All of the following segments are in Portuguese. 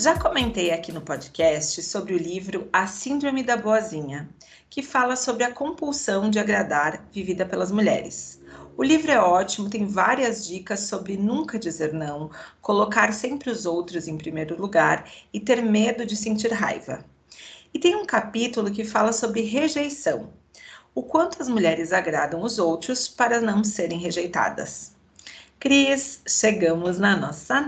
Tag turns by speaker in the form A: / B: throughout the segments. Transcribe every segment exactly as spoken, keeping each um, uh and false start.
A: Já comentei aqui no podcast sobre o livro A Síndrome da Boazinha, que fala sobre a compulsão de agradar vivida pelas mulheres. O livro é ótimo, tem várias dicas sobre nunca dizer não, colocar sempre os outros em primeiro lugar e ter medo de sentir raiva. E tem um capítulo que fala sobre rejeição, o quanto as mulheres agradam os outros para não serem rejeitadas. Cris, chegamos na nossa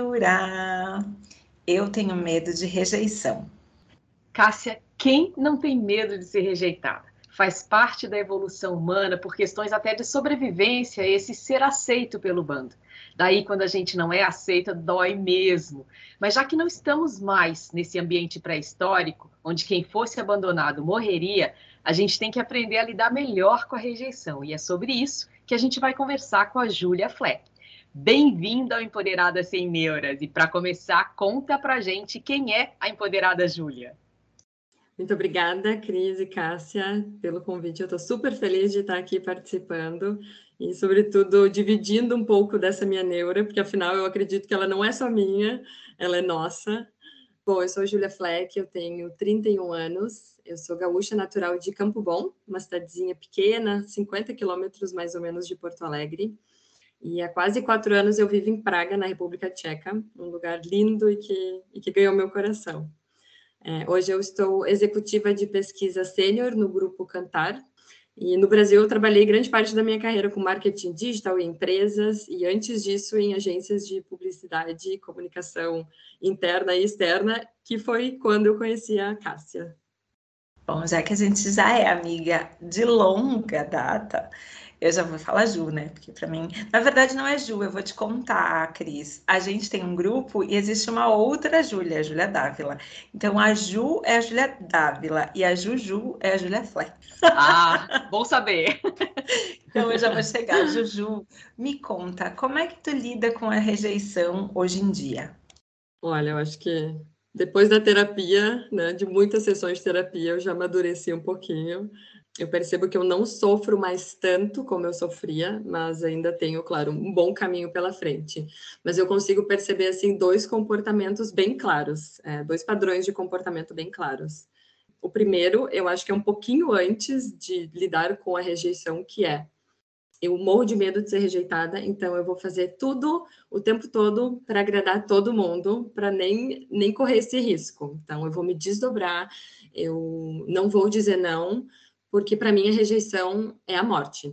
A: neura. Eu tenho medo de rejeição.
B: Cássia, quem não tem medo de ser rejeitada? Faz parte da evolução humana, por questões até de sobrevivência, esse ser aceito pelo bando. Daí, quando a gente não é aceita, dói mesmo. Mas já que não estamos mais nesse ambiente pré-histórico, onde quem fosse abandonado morreria, a gente tem que aprender a lidar melhor com a rejeição. E é sobre isso que a gente vai conversar com a Júlia Fleck. Bem-vinda ao Empoderada Sem Neuras. E para começar, conta pra gente quem é a Empoderada Júlia.
C: Muito obrigada, Cris e Cássia, pelo convite. Eu estou super feliz de estar aqui participando e, sobretudo, dividindo um pouco dessa minha neura, porque, afinal, eu acredito que ela não é só minha, ela é nossa. Bom, eu sou Júlia Fleck, eu tenho trinta e um anos, eu sou gaúcha natural de Campo Bom, uma cidadezinha pequena, cinquenta quilômetros mais ou menos de Porto Alegre. E há quase quatro anos eu vivo em Praga, na República Tcheca, um lugar lindo e que, e que ganhou meu coração. É, hoje eu estou executiva de pesquisa sênior no Grupo Cantar, e no Brasil eu trabalhei grande parte da minha carreira com marketing digital em empresas, e antes disso em agências de publicidade e comunicação interna e externa, que foi quando eu conheci a Cássia.
A: Bom, já que a gente já é amiga de longa data, eu já vou falar Ju, né? Porque para mim, na verdade não é Ju, eu vou te contar, Cris. A gente tem um grupo e existe uma outra Júlia, a Júlia Dávila. Então a Ju é a Júlia Dávila e a Juju é a Júlia Fleck.
B: Ah, bom saber.
A: Então eu já vou chegar. Juju, me conta, como é que tu lida com a rejeição hoje em dia?
C: Olha, eu acho que depois da terapia, né, de muitas sessões de terapia, eu já amadureci um pouquinho. Eu percebo que eu não sofro mais tanto como eu sofria, mas ainda tenho, claro, um bom caminho pela frente. Mas eu consigo perceber, assim, dois comportamentos bem claros, é, dois padrões de comportamento bem claros. O primeiro, eu acho que é um pouquinho antes de lidar com a rejeição, que é eu morro de medo de ser rejeitada, então eu vou fazer tudo o tempo todo para agradar todo mundo, para nem, nem correr esse risco. Então eu vou me desdobrar, eu não vou dizer não, porque para mim a rejeição é a morte.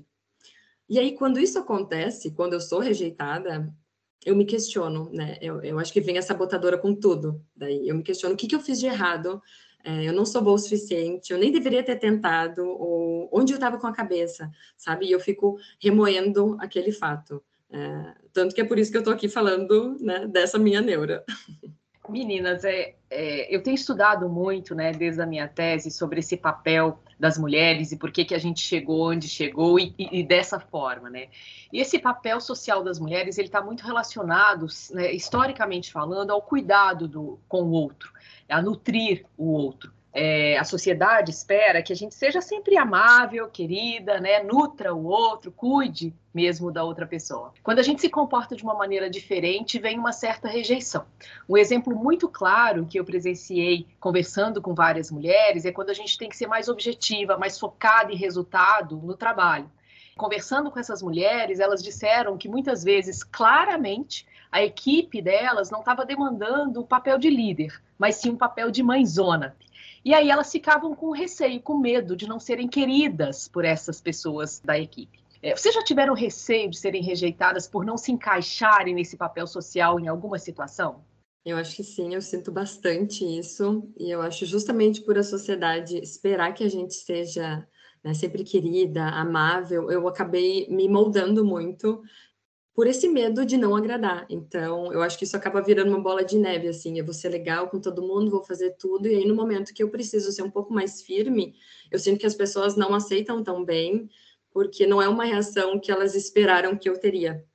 C: E aí, quando isso acontece, quando eu sou rejeitada, eu me questiono, né? Eu, eu acho que vem a sabotadora com tudo. Daí eu me questiono o que, que eu fiz de errado. É, eu não sou boa o suficiente, eu nem deveria ter tentado, ou onde eu estava com a cabeça, sabe? E eu fico remoendo aquele fato. É, tanto que é por isso que eu estou aqui falando, né, dessa minha neura.
B: Meninas, é, é, eu tenho estudado muito, né, desde a minha tese, sobre esse papel das mulheres e por que, que a gente chegou onde chegou e, e, e dessa forma, né? E esse papel social das mulheres, ele está muito relacionado, né, historicamente falando, ao cuidado do, com o outro, a nutrir o outro. É, a sociedade espera que a gente seja sempre amável, querida, né? Nutra o outro, cuide mesmo da outra pessoa. Quando a gente se comporta de uma maneira diferente, vem uma certa rejeição. Um exemplo muito claro que eu presenciei conversando com várias mulheres é quando a gente tem que ser mais objetiva, mais focada em resultado no trabalho. Conversando com essas mulheres, elas disseram que muitas vezes, claramente, a equipe delas não estava demandando o papel de líder, mas sim um papel de mãezona. E aí elas ficavam com receio, com medo de não serem queridas por essas pessoas da equipe. Vocês já tiveram receio de serem rejeitadas por não se encaixarem nesse papel social em alguma situação?
C: Eu acho que sim, eu sinto bastante isso, e eu acho justamente por a sociedade esperar que a gente seja, né, sempre querida, amável, eu acabei me moldando muito por esse medo de não agradar. Então, eu acho que isso acaba virando uma bola de neve, assim, eu vou ser legal com todo mundo, vou fazer tudo, e aí no momento que eu preciso ser um pouco mais firme, eu sinto que as pessoas não aceitam tão bem, porque não é uma reação que elas esperaram que eu teria.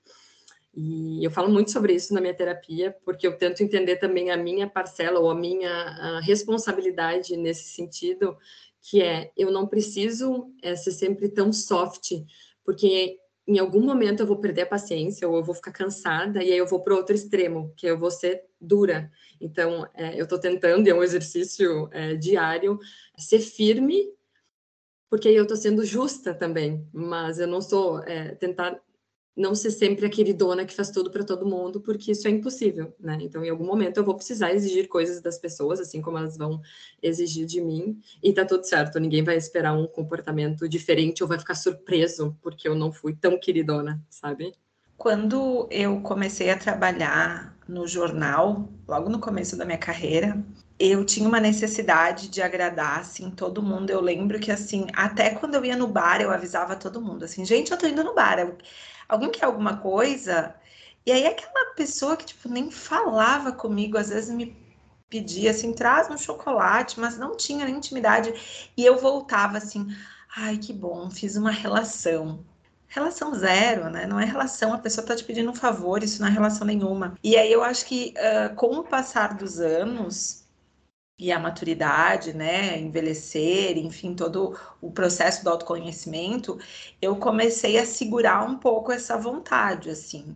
C: E eu falo muito sobre isso na minha terapia, porque eu tento entender também a minha parcela ou a minha a responsabilidade nesse sentido, que é, eu não preciso é, ser sempre tão soft, porque em algum momento eu vou perder a paciência ou eu vou ficar cansada e aí eu vou para o outro extremo, que eu vou ser dura. Então, é, eu estou tentando, e é um exercício é, diário, ser firme, porque aí eu estou sendo justa também, mas eu não sou, é, tentar não ser sempre a queridona que faz tudo para todo mundo, porque isso é impossível, né? Então, em algum momento eu vou precisar exigir coisas das pessoas, assim como elas vão exigir de mim, e tá tudo certo, ninguém vai esperar um comportamento diferente ou vai ficar surpreso porque eu não fui tão queridona, sabe?
A: Quando eu comecei a trabalhar no jornal, logo no começo da minha carreira, eu tinha uma necessidade de agradar, assim, todo mundo. Eu lembro que, assim, até quando eu ia no bar, eu avisava todo mundo, assim, gente, eu tô indo no bar. Alguém quer alguma coisa? E aí aquela pessoa que, tipo, nem falava comigo, às vezes me pedia, assim, traz um chocolate, mas não tinha nem intimidade. E eu voltava, assim, ai, que bom, fiz uma relação. Relação zero, né? Não é relação, a pessoa tá te pedindo um favor, isso não é relação nenhuma. E aí eu acho que uh, com o passar dos anos e a maturidade, né, envelhecer, enfim, todo o processo do autoconhecimento, eu comecei a segurar um pouco essa vontade, assim.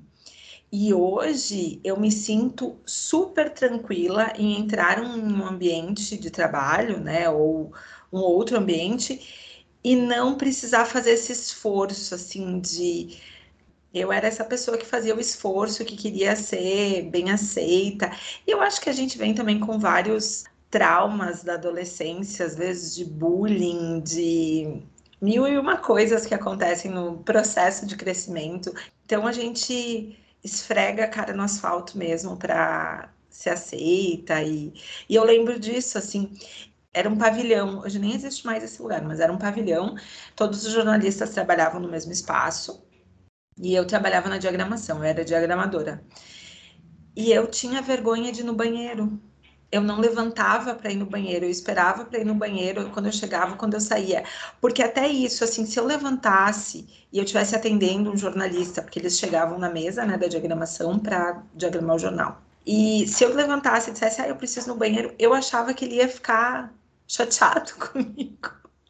A: E hoje eu me sinto super tranquila em entrar em um ambiente de trabalho, né, ou um outro ambiente e não precisar fazer esse esforço, assim, de... Eu era essa pessoa que fazia o esforço, que queria ser bem aceita. E eu acho que a gente vem também com vários traumas da adolescência, às vezes de bullying, de mil e uma coisas que acontecem no processo de crescimento. Então a gente esfrega a cara no asfalto mesmo para ser aceita. E, e eu lembro disso, assim, era um pavilhão, hoje nem existe mais esse lugar, mas era um pavilhão, todos os jornalistas trabalhavam no mesmo espaço, e eu trabalhava na diagramação, eu era diagramadora. E eu tinha vergonha de ir no banheiro. Eu não levantava para ir no banheiro, eu esperava para ir no banheiro quando eu chegava, quando eu saía. Porque até isso, assim, se eu levantasse e eu estivesse atendendo um jornalista, porque eles chegavam na mesa, né, da diagramação para diagramar o jornal. E se eu levantasse e dissesse, ah, eu preciso ir no banheiro, eu achava que ele ia ficar chateado comigo.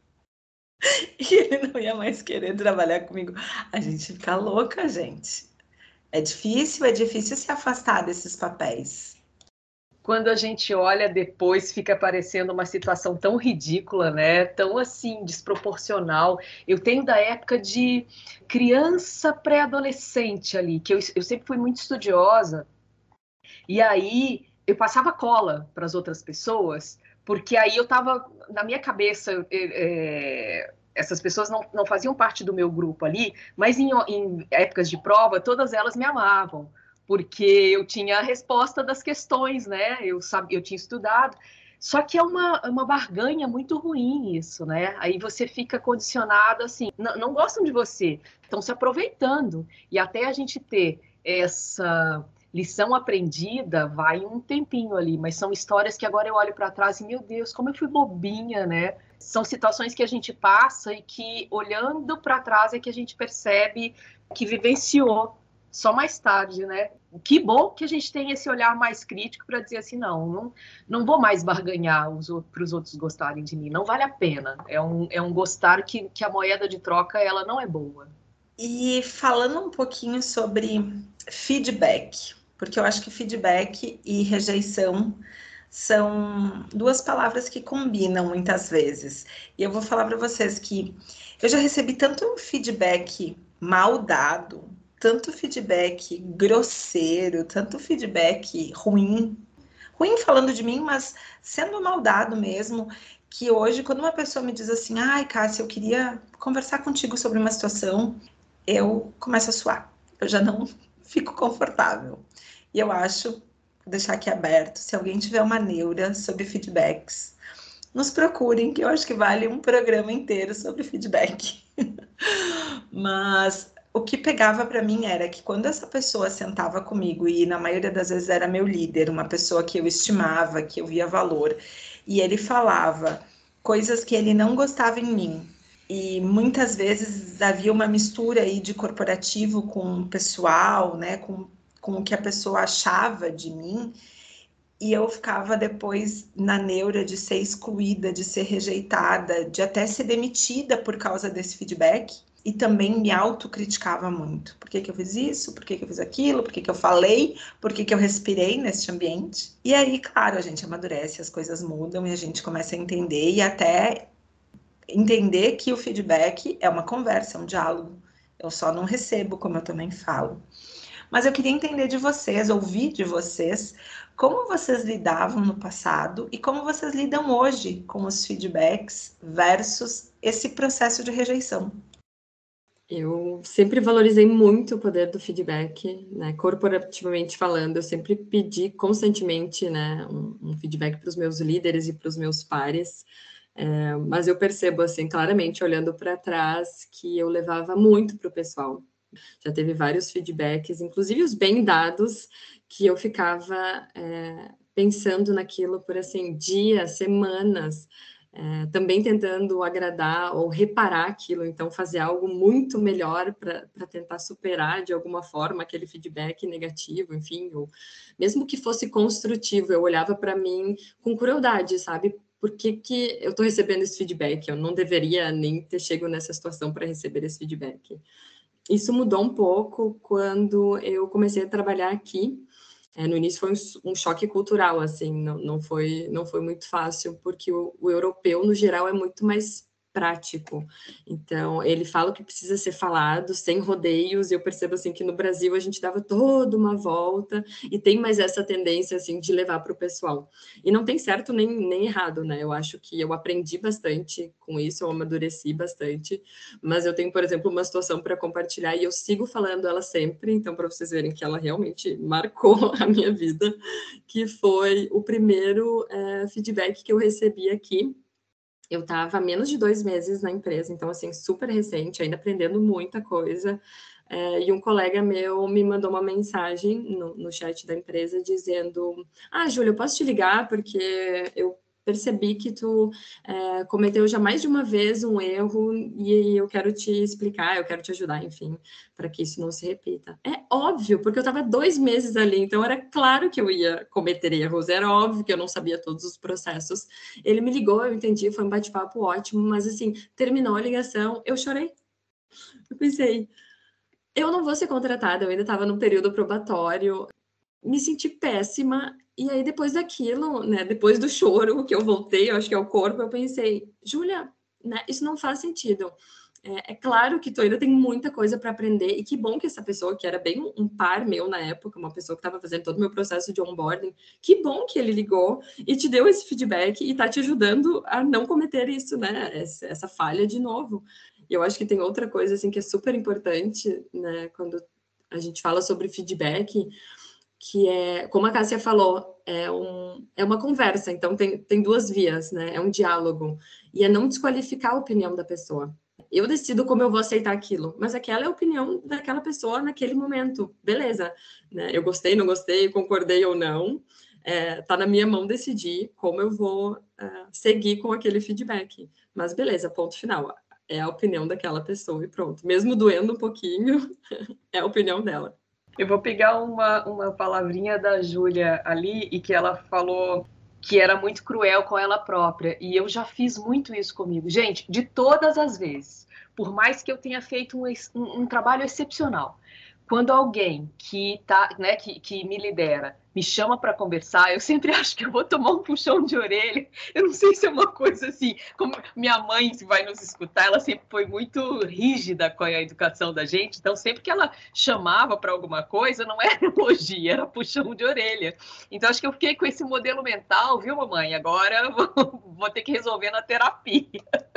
A: E ele não ia mais querer trabalhar comigo. A gente fica louca, gente. É difícil, é difícil se afastar desses papéis.
B: Quando a gente olha depois, fica parecendo uma situação tão ridícula, né? Tão assim, desproporcional. Eu tenho da época de criança pré-adolescente ali, que eu, eu sempre fui muito estudiosa, e aí eu passava cola para as outras pessoas, porque aí eu estava, na minha cabeça, é, essas pessoas não, não faziam parte do meu grupo ali, mas em, em épocas de prova, todas elas me amavam, porque eu tinha a resposta das questões, né? Eu, sabia, eu tinha estudado. Só que é uma, uma barganha muito ruim isso, né? Aí você fica condicionado assim, não, não gostam de você, estão se aproveitando. E até a gente ter essa lição aprendida, vai um tempinho ali, mas são histórias que agora eu olho para trás e, meu Deus, como eu fui bobinha, né? São situações que a gente passa e que, olhando para trás, é que a gente percebe que vivenciou só mais tarde, né? Que bom que a gente tem esse olhar mais crítico para dizer assim, não, não, não vou mais barganhar para os outros gostarem de mim, não vale a pena. É um, é um gostar que, que a moeda de troca, ela não é boa.
A: E falando um pouquinho sobre feedback, porque eu acho que feedback e rejeição são duas palavras que combinam muitas vezes. E eu vou falar para vocês que eu já recebi tanto feedback mal dado, tanto feedback grosseiro, tanto feedback ruim, ruim falando de mim, mas sendo mal dado mesmo, que hoje, quando uma pessoa me diz assim, ai, Cássia, eu queria conversar contigo sobre uma situação, eu começo a suar. Eu já não fico confortável. E eu acho, vou deixar aqui aberto, se alguém tiver uma neura sobre feedbacks, nos procurem, que eu acho que vale um programa inteiro sobre feedback. Mas o que pegava para mim era que quando essa pessoa sentava comigo, e na maioria das vezes era meu líder, uma pessoa que eu estimava, que eu via valor, e ele falava coisas que ele não gostava em mim, e muitas vezes havia uma mistura aí de corporativo com pessoal, né, com, com o que a pessoa achava de mim, e eu ficava depois na neura de ser excluída, de ser rejeitada, de até ser demitida por causa desse feedback. e também me autocriticava muito. Por que que eu fiz isso? Por que que eu fiz aquilo? Por que que eu falei? Por que que eu respirei neste ambiente? E aí, claro, a gente amadurece, as coisas mudam e a gente começa a entender e até entender que o feedback é uma conversa, é um diálogo. Eu só não recebo, como eu também falo. Mas eu queria entender de vocês, ouvir de vocês, como vocês lidavam no passado e como vocês lidam hoje com os feedbacks versus esse processo de rejeição.
C: Eu sempre valorizei muito o poder do feedback, né? Corporativamente falando, eu sempre pedi constantemente, né, um, um feedback para os meus líderes e para os meus pares. É, mas eu percebo, assim, claramente, olhando para trás, que eu levava muito para o pessoal. Já teve vários feedbacks, inclusive os bem dados, que eu ficava é, pensando naquilo por, assim, dias, semanas, é, também tentando agradar ou reparar aquilo, então fazer algo muito melhor para tentar superar de alguma forma aquele feedback negativo, enfim, ou mesmo que fosse construtivo, eu olhava para mim com crueldade, sabe? Por que que eu estou recebendo esse feedback? Eu não deveria nem ter chegado nessa situação para receber esse feedback. Isso mudou um pouco quando eu comecei a trabalhar aqui. É, no início foi um, um choque cultural, assim, não, não, foi, não foi muito fácil, porque o, o europeu, no geral, é muito mais prático. Então, ele fala o que precisa ser falado, sem rodeios, e eu percebo, assim, que no Brasil a gente dava toda uma volta, e tem mais essa tendência, assim, de levar para o pessoal. E não tem certo nem, nem errado, né? Eu acho que eu aprendi bastante com isso, eu amadureci bastante, mas eu tenho, por exemplo, uma situação para compartilhar, e eu sigo falando ela sempre, então, para vocês verem que ela realmente marcou a minha vida, que foi o primeiro é, feedback que eu recebi aqui. Eu estava há menos de dois meses na empresa, então, assim, super recente, ainda aprendendo muita coisa. É, e um colega meu me mandou uma mensagem no, no chat da empresa dizendo: ah, Júlia, eu posso te ligar porque eu percebi que tu é, cometeu já mais de uma vez um erro e eu quero te explicar, eu quero te ajudar, enfim, para que isso não se repita. É óbvio, porque eu estava dois meses ali, então era claro que eu ia cometer erros, era óbvio que eu não sabia todos os processos. Ele me ligou, eu entendi, foi um bate-papo ótimo, mas assim, terminou a ligação, eu chorei. Eu pensei, eu não vou ser contratada, eu ainda estava no período probatório, me senti péssima, e aí depois daquilo, né, depois do choro que eu voltei, eu acho que é o corpo, eu pensei, Júlia, né, isso não faz sentido. É, é claro que tu ainda tem muita coisa para aprender, e que bom que essa pessoa, que era bem um, um par meu na época, uma pessoa que estava fazendo todo o meu processo de onboarding, que bom que ele ligou e te deu esse feedback e está te ajudando a não cometer isso, né, essa, essa falha de novo. E eu acho que tem outra coisa, assim, que é super importante, né, quando a gente fala sobre feedback, que é, como a Cássia falou, é, um, é uma conversa, então tem, tem duas vias, né? É um diálogo. E é não desqualificar a opinião da pessoa. Eu decido como eu vou aceitar aquilo, mas aquela é a opinião daquela pessoa naquele momento. Beleza, né? Eu gostei, não gostei, concordei ou não. É, tá na minha mão decidir como eu vou uh, seguir com aquele feedback. Mas beleza, ponto final. É a opinião daquela pessoa e pronto. Mesmo doendo um pouquinho, é a opinião dela.
B: Eu vou pegar uma, uma palavrinha da Júlia ali e que ela falou que era muito cruel com ela própria. E eu já fiz muito isso comigo. Gente, de todas as vezes, por mais que eu tenha feito um, um, um trabalho excepcional, quando alguém que, tá, né, que, que me lidera me chama para conversar, eu sempre acho que eu vou tomar um puxão de orelha. Eu não sei se é uma coisa assim, como minha mãe, se vai nos escutar, ela sempre foi muito rígida com a educação da gente, então sempre que ela chamava para alguma coisa, não era elogio, era puxão de orelha. Então acho que eu fiquei com esse modelo mental, viu, mamãe? Agora vou, vou ter que resolver na terapia,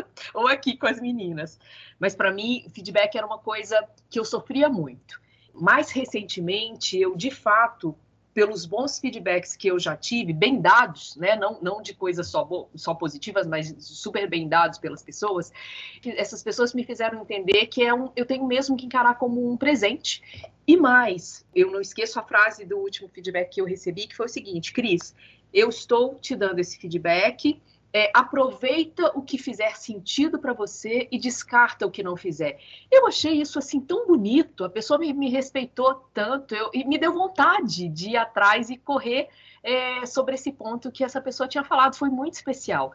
B: ou aqui com as meninas. Mas para mim, feedback era uma coisa que eu sofria muito. Mais recentemente, eu, de fato, pelos bons feedbacks que eu já tive, bem dados, né? não, não de coisas só, só positivas, mas super bem dados pelas pessoas, essas pessoas me fizeram entender que é um, eu tenho mesmo que encarar como um presente. E mais, eu não esqueço a frase do último feedback que eu recebi, que foi o seguinte: Cris, eu estou te dando esse feedback, É, aproveita o que fizer sentido para você e descarta o que não fizer. Eu achei isso assim tão bonito, a pessoa me, me respeitou tanto eu, e me deu vontade de ir atrás e correr é, sobre esse ponto que essa pessoa tinha falado, foi muito especial.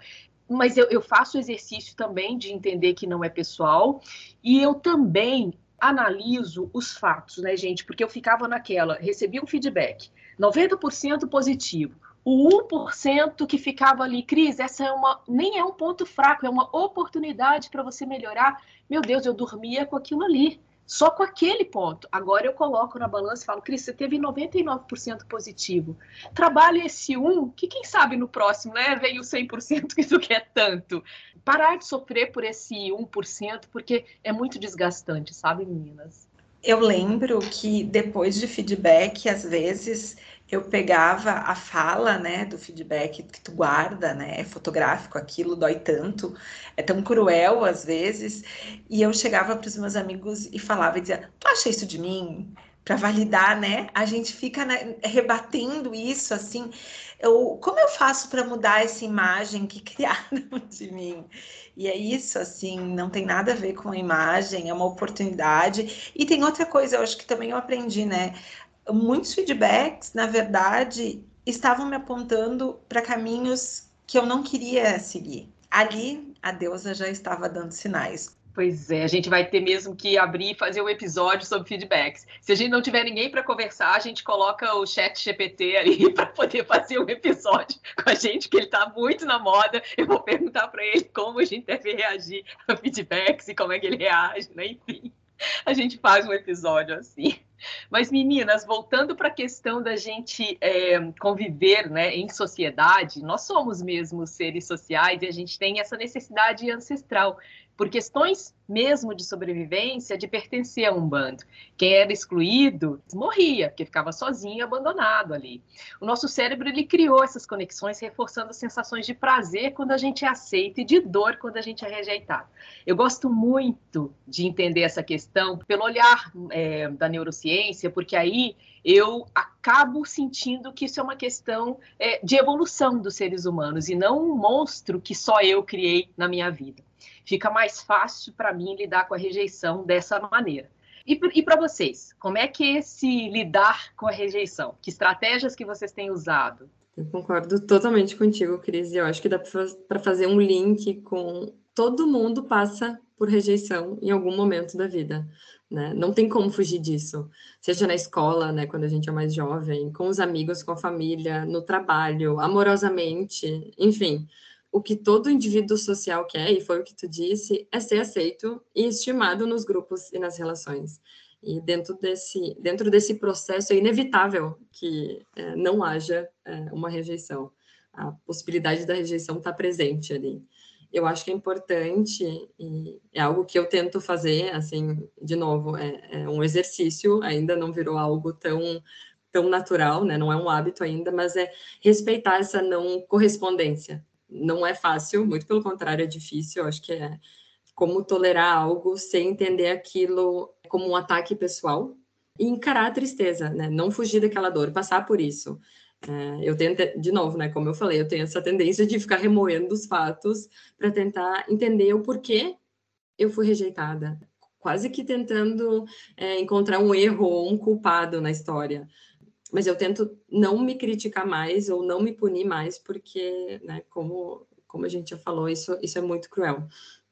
B: mas eu, eu faço o exercício também de entender que não é pessoal, e eu também analiso os fatos, né, gente? Porque eu ficava naquela, recebi um feedback, noventa por cento positivo. O um por cento que ficava ali, Cris, essa é uma, nem é um ponto fraco, é uma oportunidade para você melhorar. Meu Deus, eu dormia com aquilo ali, só com aquele ponto. Agora eu coloco na balança e falo, Cris, você teve noventa e nove por cento positivo. Trabalhe esse um, que quem sabe no próximo, né, vem o cem por cento que tu quer tanto. Parar de sofrer por esse um por cento, porque é muito desgastante, sabe, meninas?
A: Eu lembro que depois de feedback, às vezes eu pegava a fala, né, do feedback que tu guarda, né, é fotográfico, aquilo dói tanto, é tão cruel às vezes, e eu chegava para os meus amigos e falava e dizia, tu acha isso de mim? Para validar, né? A gente fica, né, rebatendo isso, assim, eu, como eu faço para mudar essa imagem que criaram de mim? E é isso, assim, não tem nada a ver com a imagem, é uma oportunidade. E tem outra coisa, eu acho que também eu aprendi, né? Muitos feedbacks, na verdade, estavam me apontando para caminhos que eu não queria seguir. Ali, a deusa já estava dando sinais.
B: Pois é, a gente vai ter mesmo que abrir e fazer um episódio sobre feedbacks. Se a gente não tiver ninguém para conversar, a gente coloca o chat G P T ali para poder fazer um episódio com a gente, que ele está muito na moda. Eu vou perguntar para ele como a gente deve reagir a feedbacks e como é que ele reage, né? Enfim, a gente faz um episódio assim. Mas, meninas, voltando para a questão da gente é, conviver, né, em sociedade, nós somos mesmo seres sociais e a gente tem essa necessidade ancestral, por questões mesmo de sobrevivência, de pertencer a um bando. Quem era excluído morria, porque ficava sozinho e abandonado ali. O nosso cérebro ele criou essas conexões, reforçando sensações de prazer quando a gente é aceito e de dor quando a gente é rejeitado. Eu gosto muito de entender essa questão pelo olhar é, da neurociência, porque aí eu acabo sentindo que isso é uma questão é, de evolução dos seres humanos e não um monstro que só eu criei na minha vida. Fica mais fácil para mim lidar com a rejeição dessa maneira. E, e para vocês, como é que é esse lidar com a rejeição? Que estratégias que vocês têm usado?
C: Eu concordo totalmente contigo, Cris. Eu acho que dá para fazer um link com todo mundo passa por rejeição em algum momento da vida, né? Não tem como fugir disso. Seja na escola, né, quando a gente é mais jovem, com os amigos, com a família, no trabalho, amorosamente, enfim. O que todo indivíduo social quer, e foi o que tu disse, é ser aceito e estimado nos grupos e nas relações. E dentro desse, dentro desse processo é inevitável que é, não haja é, uma rejeição. A possibilidade da rejeição está presente ali. Eu acho que é importante, e é algo que eu tento fazer, assim, de novo, é, é um exercício, ainda não virou algo tão, tão natural, né? Não é um hábito ainda, mas é respeitar essa não correspondência. Não é fácil, muito pelo contrário, é difícil. Eu acho que é como tolerar algo sem entender aquilo como um ataque pessoal e encarar a tristeza, né? Não fugir daquela dor, passar por isso. É, eu tenho, de novo, né? Como eu falei, eu tenho essa tendência de ficar remoendo os fatos para tentar entender o porquê eu fui rejeitada, quase que tentando é, encontrar um erro ou um culpado na história. Mas eu tento não me criticar mais ou não me punir mais, porque, né, como, como a gente já falou, isso, isso é muito cruel.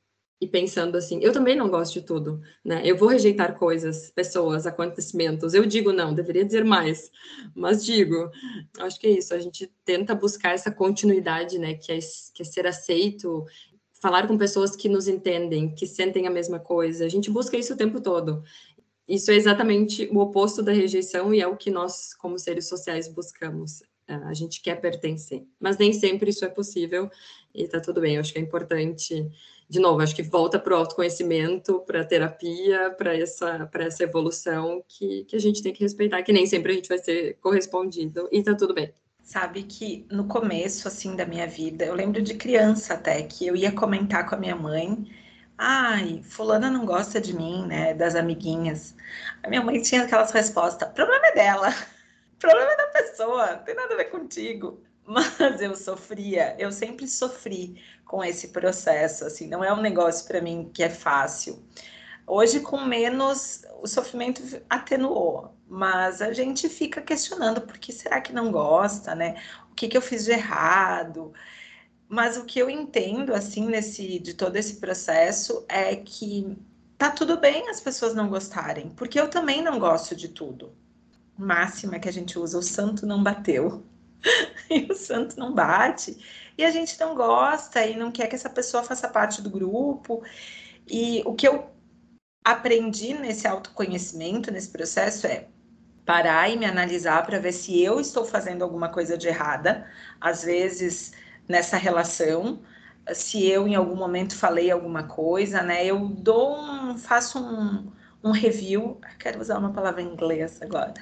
C: E pensando assim, eu também não gosto de tudo, né? Eu vou rejeitar coisas, pessoas, acontecimentos. Eu digo não, deveria dizer mais, mas digo. Acho que é isso, a gente tenta buscar essa continuidade, né? Que é, que é ser aceito, falar com pessoas que nos entendem, que sentem a mesma coisa. A gente busca isso o tempo todo. Isso é exatamente o oposto da rejeição e é o que nós, como seres sociais, buscamos. A gente quer pertencer, mas nem sempre isso é possível e tá tudo bem. Eu acho que é importante, de novo, acho que volta para o autoconhecimento, para a terapia, para essa, para essa evolução que, que a gente tem que respeitar, que nem sempre a gente vai ser correspondido e tá tudo bem.
A: Sabe que no começo, assim, da minha vida, eu lembro de criança até, que eu ia comentar com a minha mãe, ai, fulana não gosta de mim, né, das amiguinhas. A minha mãe tinha aquelas respostas, problema é dela, problema é da pessoa, não tem nada a ver contigo. Mas eu sofria, eu sempre sofri com esse processo, assim, não é um negócio para mim que é fácil. Hoje, com menos, o sofrimento atenuou, mas a gente fica questionando por que será que não gosta, né? O que, que eu fiz de errado? Mas o que eu entendo, assim, nesse, de todo esse processo é que tá tudo bem as pessoas não gostarem, porque eu também não gosto de tudo. Máxima que a gente usa, o santo não bateu. E o santo não bate. E a gente não gosta e não quer que essa pessoa faça parte do grupo. E o que eu aprendi nesse autoconhecimento, nesse processo, é parar e me analisar para ver se eu estou fazendo alguma coisa de errada, às vezes nessa relação, se eu em algum momento falei alguma coisa, né? Eu dou um, faço um, um review, quero usar uma palavra em inglês agora.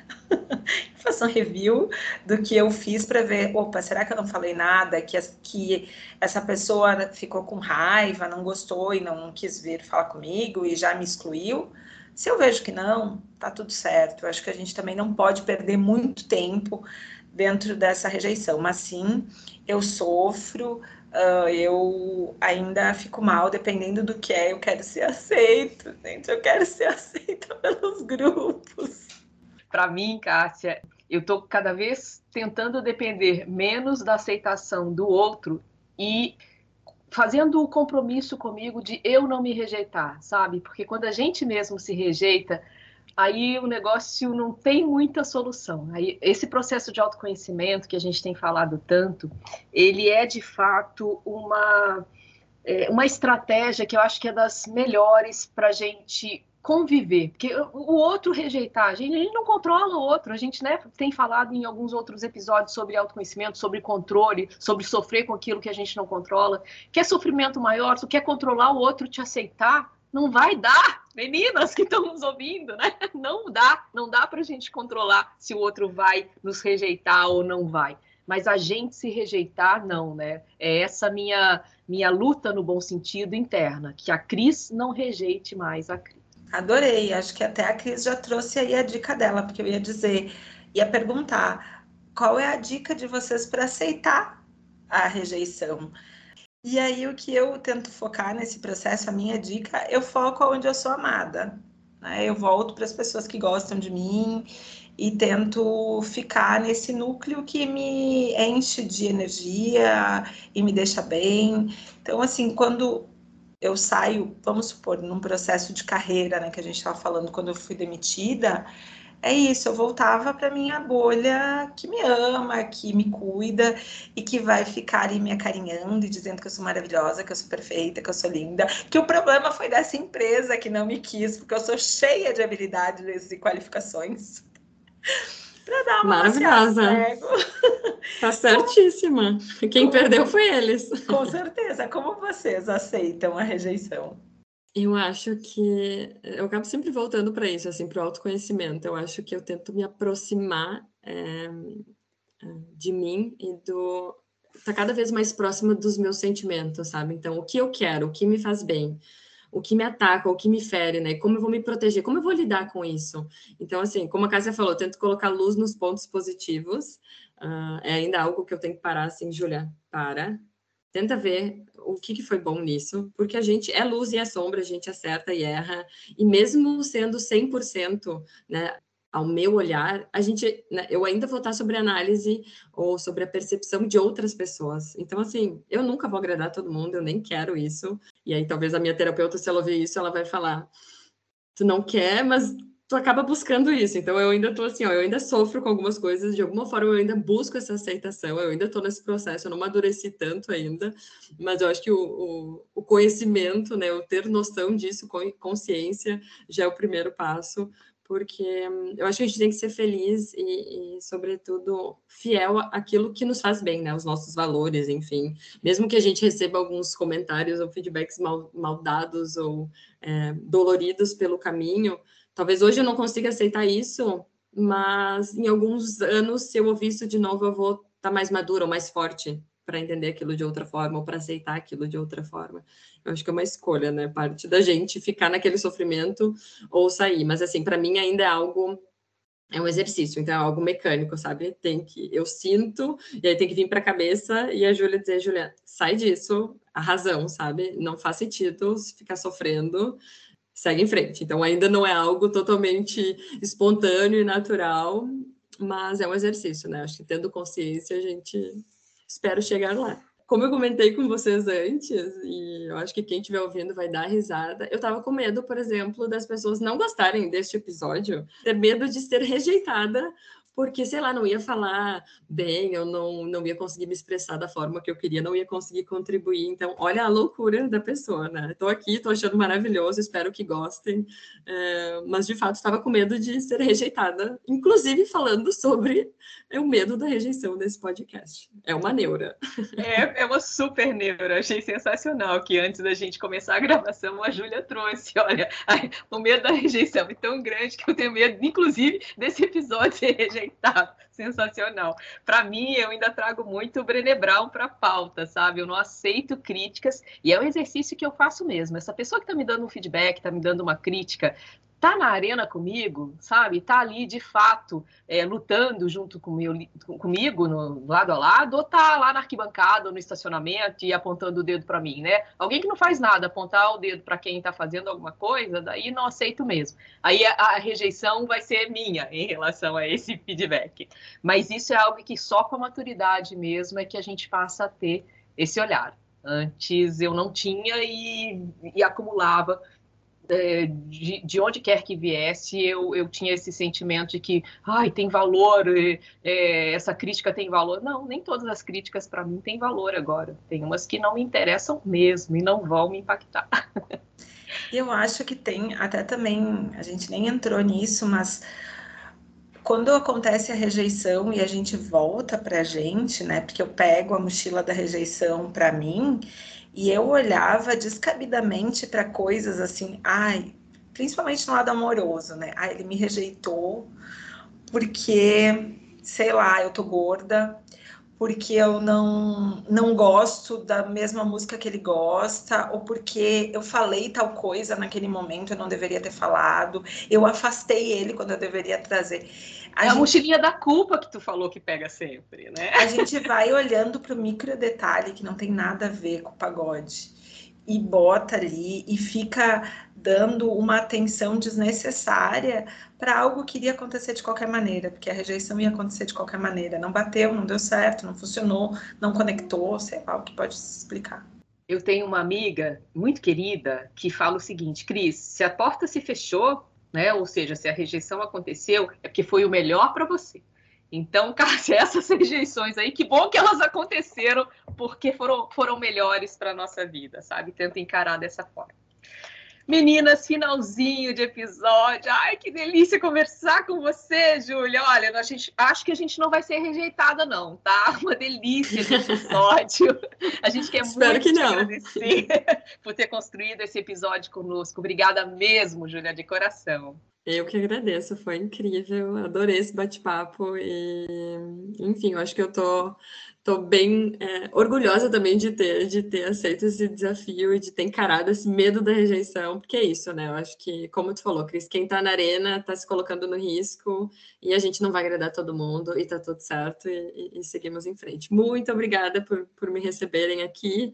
A: Faço um review do que eu fiz para ver, opa, será que eu não falei nada? Que, que essa pessoa ficou com raiva, não gostou e não quis vir falar comigo e já me excluiu? Se eu vejo que não, tá tudo certo. Eu acho que a gente também não pode perder muito tempo dentro dessa rejeição, mas sim, eu sofro, uh, eu ainda fico mal, dependendo do que é, eu quero ser aceito, gente, eu quero ser aceita pelos grupos.
B: Para mim, Cássia, eu estou cada vez tentando depender menos da aceitação do outro e fazendo o compromisso comigo de eu não me rejeitar, sabe? Porque quando a gente mesmo se rejeita, aí o negócio não tem muita solução. Aí, esse processo de autoconhecimento que a gente tem falado tanto, ele é de fato uma, é, uma estratégia que eu acho que é das melhores para a gente conviver, porque o outro rejeitar, a gente, a gente não controla o outro, a gente, né, tem falado em alguns outros episódios sobre autoconhecimento, sobre controle, sobre sofrer com aquilo que a gente não controla. Quer sofrimento maior, tu quer controlar o outro te aceitar? Não vai dar, meninas que estão nos ouvindo, né? Não dá, não dá pra gente controlar se o outro vai nos rejeitar ou não vai. Mas a gente se rejeitar, não, né? É essa minha, minha luta no bom sentido interna, que a Cris não rejeite mais a Cris.
A: Adorei, acho que até a Cris já trouxe aí a dica dela, porque eu ia dizer, ia perguntar, qual é a dica de vocês para aceitar a rejeição? E aí o que eu tento focar nesse processo, a minha dica, eu foco onde eu sou amada, né? Eu volto para as pessoas que gostam de mim e tento ficar nesse núcleo que me enche de energia e me deixa bem. Então, assim, quando eu saio, vamos supor, num processo de carreira, né, que a gente estava falando quando eu fui demitida, é isso, eu voltava para minha bolha que me ama, que me cuida e que vai ficar ali me acarinhando e dizendo que eu sou maravilhosa, que eu sou perfeita, que eu sou linda, que o problema foi dessa empresa que não me quis, porque eu sou cheia de habilidades e qualificações. Para dar uma
C: maravilhosa.
A: Cego.
C: Tá certíssima. Quem Como... perdeu foi eles.
A: Com certeza. Como vocês aceitam a rejeição?
C: Eu acho que eu acabo sempre voltando para isso, assim, para o autoconhecimento. Eu acho que eu tento me aproximar é, de mim e do tá cada vez mais próxima dos meus sentimentos, sabe? Então, o que eu quero, o que me faz bem, o que me ataca, o que me fere, né? Como eu vou me proteger, como eu vou lidar com isso? Então, assim, como a Cássia falou, eu tento colocar luz nos pontos positivos. Uh, é ainda algo que eu tenho que parar, assim, Júlia, para. Tenta ver o que, que foi bom nisso, porque a gente é luz e é sombra, a gente acerta e erra, e mesmo sendo cem por cento, né, ao meu olhar, a gente, né, eu ainda vou estar sobre análise ou sobre a percepção de outras pessoas. Então, assim, eu nunca vou agradar todo mundo, eu nem quero isso. E aí, talvez a minha terapeuta, se ela ouvir isso, ela vai falar, tu não quer, mas tu acaba buscando isso. Então, eu ainda tô assim, ó, eu ainda sofro com algumas coisas, de alguma forma eu ainda busco essa aceitação, eu ainda tô nesse processo, eu não amadureci tanto ainda, mas eu acho que o, o, o conhecimento, né, o ter noção disso, consciência, já é o primeiro passo, porque eu acho que a gente tem que ser feliz e, e, sobretudo, fiel àquilo que nos faz bem, né? Os nossos valores, enfim. Mesmo que a gente receba alguns comentários ou feedbacks mal, mal dados ou é, doloridos pelo caminho, talvez hoje eu não consiga aceitar isso, mas em alguns anos, se eu ouvir isso de novo, eu vou estar mais madura ou mais forte para entender aquilo de outra forma ou para aceitar aquilo de outra forma. Eu acho que é uma escolha, né? Parte da gente ficar naquele sofrimento ou sair. Mas, assim, para mim ainda é algo... É um exercício, então é algo mecânico, sabe? Tem que... Eu sinto, e aí tem que vir para a cabeça e a Júlia dizer, Júlia, sai disso, a razão, sabe? Não faz sentido ficar sofrendo, segue em frente. Então, ainda não é algo totalmente espontâneo e natural, mas é um exercício, né? Acho que tendo consciência, a gente... Espero chegar lá. como eu comentei com vocês antes, e eu acho que quem estiver ouvindo vai dar risada, eu tava com medo, por exemplo, das pessoas não gostarem deste episódio, ter medo de ser rejeitada, porque, sei lá, não ia falar bem, eu não, não ia conseguir me expressar da forma que eu queria, não ia conseguir contribuir. Então, olha a loucura da pessoa, né? Estou aqui, estou achando maravilhoso, espero que gostem, é, mas, de fato, estava com medo de ser rejeitada, inclusive falando sobre o medo da rejeição desse podcast. É uma neura.
B: É, é uma super neura, achei sensacional que antes da gente começar a gravação, a Júlia trouxe, olha, o medo da rejeição é tão grande que eu tenho medo, inclusive, desse episódio ser rejeitado. Sensacional. Para mim, eu ainda trago muito o Brené Brown para a pauta, sabe? Eu não aceito críticas e é um exercício que eu faço mesmo. Essa pessoa que está me dando um feedback, está me dando uma crítica, tá na arena comigo, sabe? Tá ali, de fato, é, lutando junto com meu, comigo, no, lado a lado, ou tá lá na arquibancada, ou no estacionamento e apontando o dedo para mim, né? Alguém que não faz nada, apontar o dedo para quem tá fazendo alguma coisa, daí não aceito mesmo. Aí a, a rejeição vai ser minha em relação a esse feedback. Mas isso é algo que só com a maturidade mesmo é que a gente passa a ter esse olhar. Antes eu não tinha e, e acumulava. De, de onde quer que viesse, eu, eu tinha esse sentimento de que ai, tem valor, é, essa crítica tem valor. Não, nem todas as críticas para mim têm valor agora. Tem umas que não me interessam mesmo e não vão me impactar.
A: Eu acho que tem, até também, a gente nem entrou nisso, mas quando acontece a rejeição e a gente volta para a gente, né? Porque eu pego a mochila da rejeição para mim, e eu olhava descabidamente para coisas assim, ai, principalmente no lado amoroso, né? Ai, ele me rejeitou porque, sei lá, eu tô gorda, porque eu não, não gosto da mesma música que ele gosta, ou porque eu falei tal coisa naquele momento, eu não deveria ter falado, eu afastei ele quando eu deveria trazer.
B: A é gente... a mochilinha da culpa que tu falou que pega sempre, né?
A: A gente vai olhando para o micro detalhe que não tem nada a ver com o pagode e bota ali e fica dando uma atenção desnecessária para algo que iria acontecer de qualquer maneira, porque a rejeição ia acontecer de qualquer maneira. Não bateu, não deu certo, não funcionou, não conectou, sei lá o que pode se explicar.
B: Eu tenho uma amiga muito querida que fala o seguinte: Cris, se a porta se fechou, né, ou seja, se a rejeição aconteceu, é porque foi o melhor para você. Então, cara, essas rejeições aí, que bom que elas aconteceram, porque foram, foram melhores para a nossa vida, sabe? Tenta encarar dessa forma. Meninas, finalzinho de episódio. Ai, que delícia conversar com você, Júlia. Olha, a gente, acho que a gente não vai ser rejeitada, não, tá? Uma delícia esse episódio. A gente quer
C: Espero
B: muito
C: que
B: te
C: não.
B: agradecer por ter construído esse episódio conosco. Obrigada mesmo, Júlia, de coração.
C: Eu que agradeço, foi incrível, adorei esse bate-papo e, enfim, eu acho que eu tô, tô bem é, orgulhosa também de ter, de ter aceito esse desafio e de ter encarado esse medo da rejeição, porque é isso, né? Eu acho que, como tu falou, Cris, quem tá na arena tá se colocando no risco e a gente não vai agradar todo mundo e tá tudo certo e, e, e seguimos em frente. Muito obrigada por, por me receberem aqui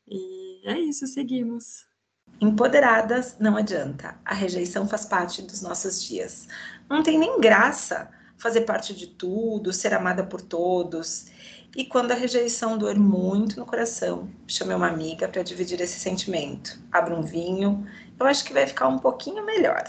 C: e é isso, seguimos.
A: Empoderadas, não adianta. A rejeição faz parte dos nossos dias. Não tem nem graça fazer parte de tudo, ser amada por todos. E quando a rejeição doer muito no coração, chame uma amiga para dividir esse sentimento. Abra um vinho, eu acho que vai ficar um pouquinho melhor.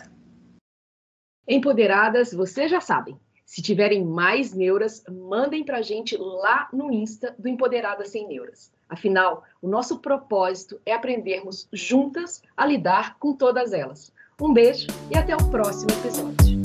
B: Empoderadas, vocês já sabem. Se tiverem mais neuras, mandem para a gente lá no Insta do Empoderadas Sem Neuras. Afinal, o nosso propósito é aprendermos juntas a lidar com todas elas. Um beijo e até o próximo episódio.